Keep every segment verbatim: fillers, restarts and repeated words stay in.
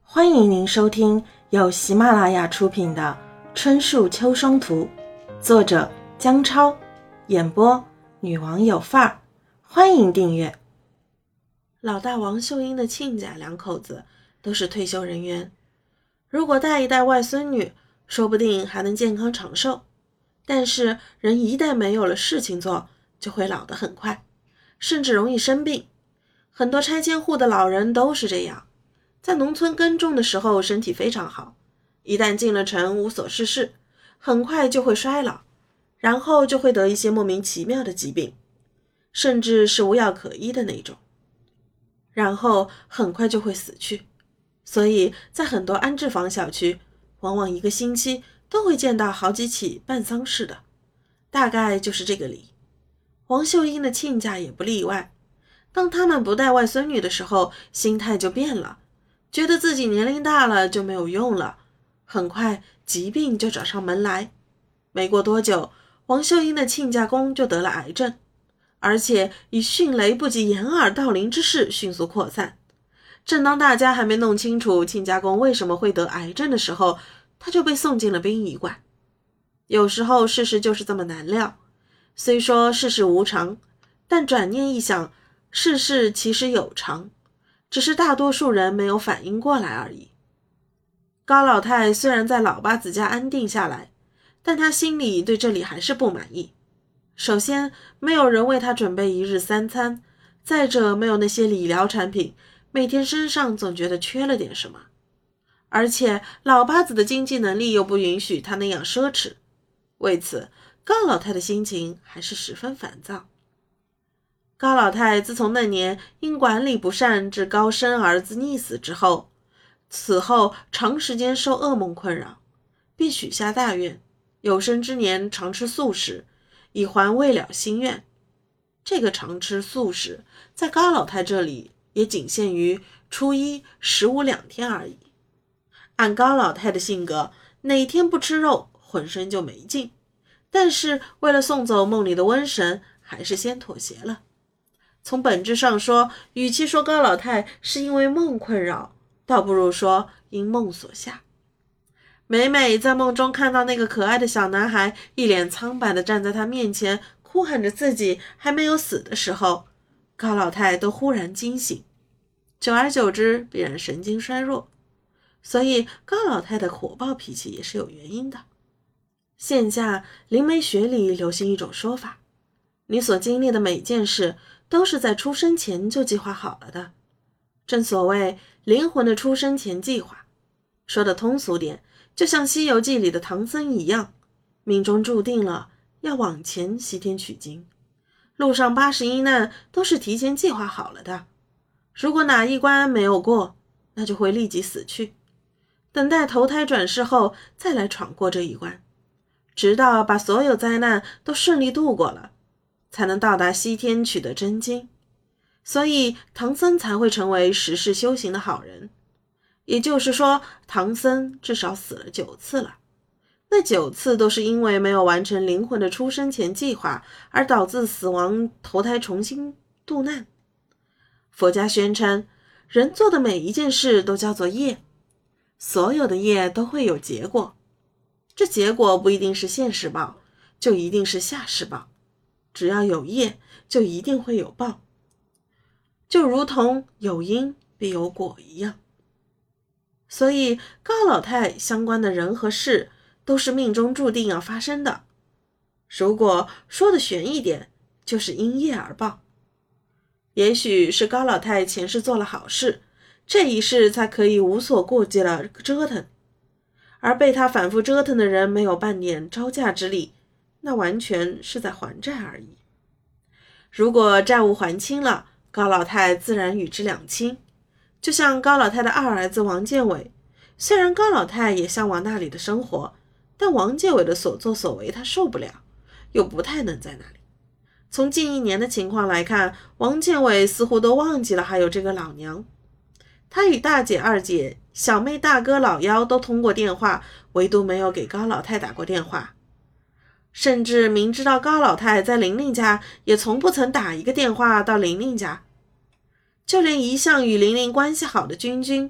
欢迎您收听由喜马拉雅出品的《春树秋霜图》，作者姜超，演播女王有范儿。欢迎订阅。老大王秀英的亲家两口子都是退休人员，如果带一带外孙女，说不定还能健康长寿。但是人一旦没有了事情做，就会老得很快，甚至容易生病。很多拆迁户的老人都是这样，在农村耕种的时候身体非常好，一旦进了城无所事事，很快就会衰老，然后就会得一些莫名其妙的疾病，甚至是无药可医的那种，然后很快就会死去。所以在很多安置房小区，往往一个星期都会见到好几起办丧事的，大概就是这个理。王秀英的亲家也不例外，当他们不带外孙女的时候，心态就变了，觉得自己年龄大了就没有用了，很快疾病就找上门来。没过多久，王秀英的亲家公就得了癌症，而且以迅雷不及掩耳盗铃之势迅速扩散。正当大家还没弄清楚亲家公为什么会得癌症的时候，他就被送进了殡仪馆。有时候事实就是这么难料，虽说世事无常，但转念一想，世事其实有常，只是大多数人没有反应过来而已。高老太虽然在老八子家安定下来，但她心里对这里还是不满意。首先，没有人为她准备一日三餐，再者没有那些理疗产品，每天身上总觉得缺了点什么。而且老八子的经济能力又不允许她那样奢侈，为此高老太的心情还是十分烦躁。高老太自从那年因管理不善致高生儿子溺死之后，此后长时间受噩梦困扰，便许下大愿，有生之年常吃素食，以还未了心愿。这个常吃素食在高老太这里也仅限于初一十五两天而已。按高老太的性格，哪天不吃肉浑身就没劲，但是为了送走梦里的瘟神，还是先妥协了。从本质上说，与其说高老太是因为梦困扰，倒不如说因梦所吓。每每在梦中看到那个可爱的小男孩一脸苍白地站在他面前，哭喊着自己还没有死的时候，高老太都忽然惊醒，久而久之必然神经衰弱。所以高老太的火爆脾气也是有原因的。现下灵媒学里流行一种说法，你所经历的每件事都是在出生前就计划好了的，正所谓灵魂的出生前计划。说的通俗点，就像西游记里的唐僧一样，命中注定了要往前西天取经，路上八十一难都是提前计划好了的。如果哪一关没有过，那就会立即死去，等待投胎转世后再来闯过这一关，直到把所有灾难都顺利度过了，才能到达西天取得真经。所以唐僧才会成为十世修行的好人。也就是说，唐僧至少死了九次了，那九次都是因为没有完成灵魂的出生前计划，而导致死亡投胎重新度难。佛家宣称，人做的每一件事都叫做业，所有的业都会有结果，这结果不一定是现世报，就一定是下世报。只要有业，就一定会有报，就如同有因必有果一样。所以高老太相关的人和事都是命中注定要发生的，如果说的玄一点，就是因业而报。也许是高老太前世做了好事，这一世才可以无所顾忌了折腾，而被他反复折腾的人没有半点招架之力，那完全是在还债而已。如果债务还清了，高老太自然与之两清。就像高老太的二儿子王建伟，虽然高老太也向往那里的生活，但王建伟的所作所为他受不了，又不太能在那里。从近一年的情况来看，王建伟似乎都忘记了还有这个老娘。他与大姐、二姐、小妹、大哥、老幺都通过电话，唯独没有给高老太打过电话。甚至明知道高老太在玲玲家，也从不曾打一个电话到玲玲家。就连一向与玲玲关系好的君君，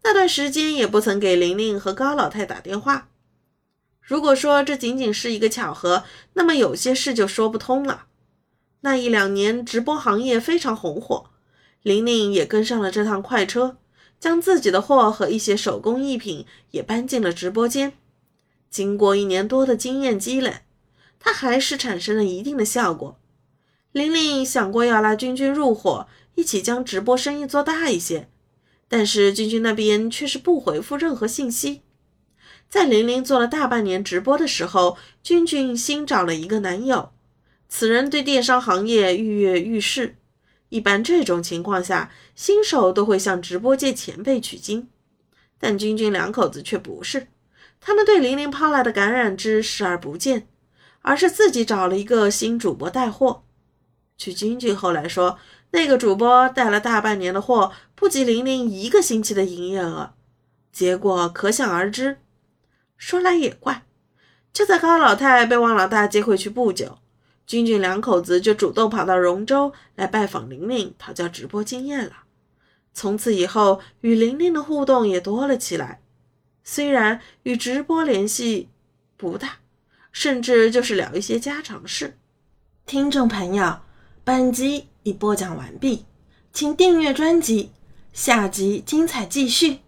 那段时间也不曾给玲玲和高老太打电话。如果说这仅仅是一个巧合，那么有些事就说不通了。那一两年直播行业非常红火，玲玲也跟上了这趟快车，将自己的货和一些手工艺品也搬进了直播间。经过一年多的经验积累，她还是产生了一定的效果。玲玲想过要拉君君入伙，一起将直播生意做大一些，但是君君那边却是不回复任何信息。在玲玲做了大半年直播的时候，君君新找了一个男友，此人对电商行业跃跃欲试。一般这种情况下，新手都会向直播界前辈取经，但君君两口子却不是，他们对玲玲抛来的橄榄枝视而不见，而是自己找了一个新主播带货。据君君后来说，那个主播带了大半年的货，不及玲玲一个星期的营业额，结果可想而知。说来也怪，就在高老太被汪老大接回去不久，君君两口子就主动跑到荣州来拜访玲玲，讨教直播经验了。从此以后，与玲玲的互动也多了起来，虽然与直播联系不大，甚至就是聊一些家常事。 听众朋友，本集已播讲完毕，请订阅专辑，下集精彩继续。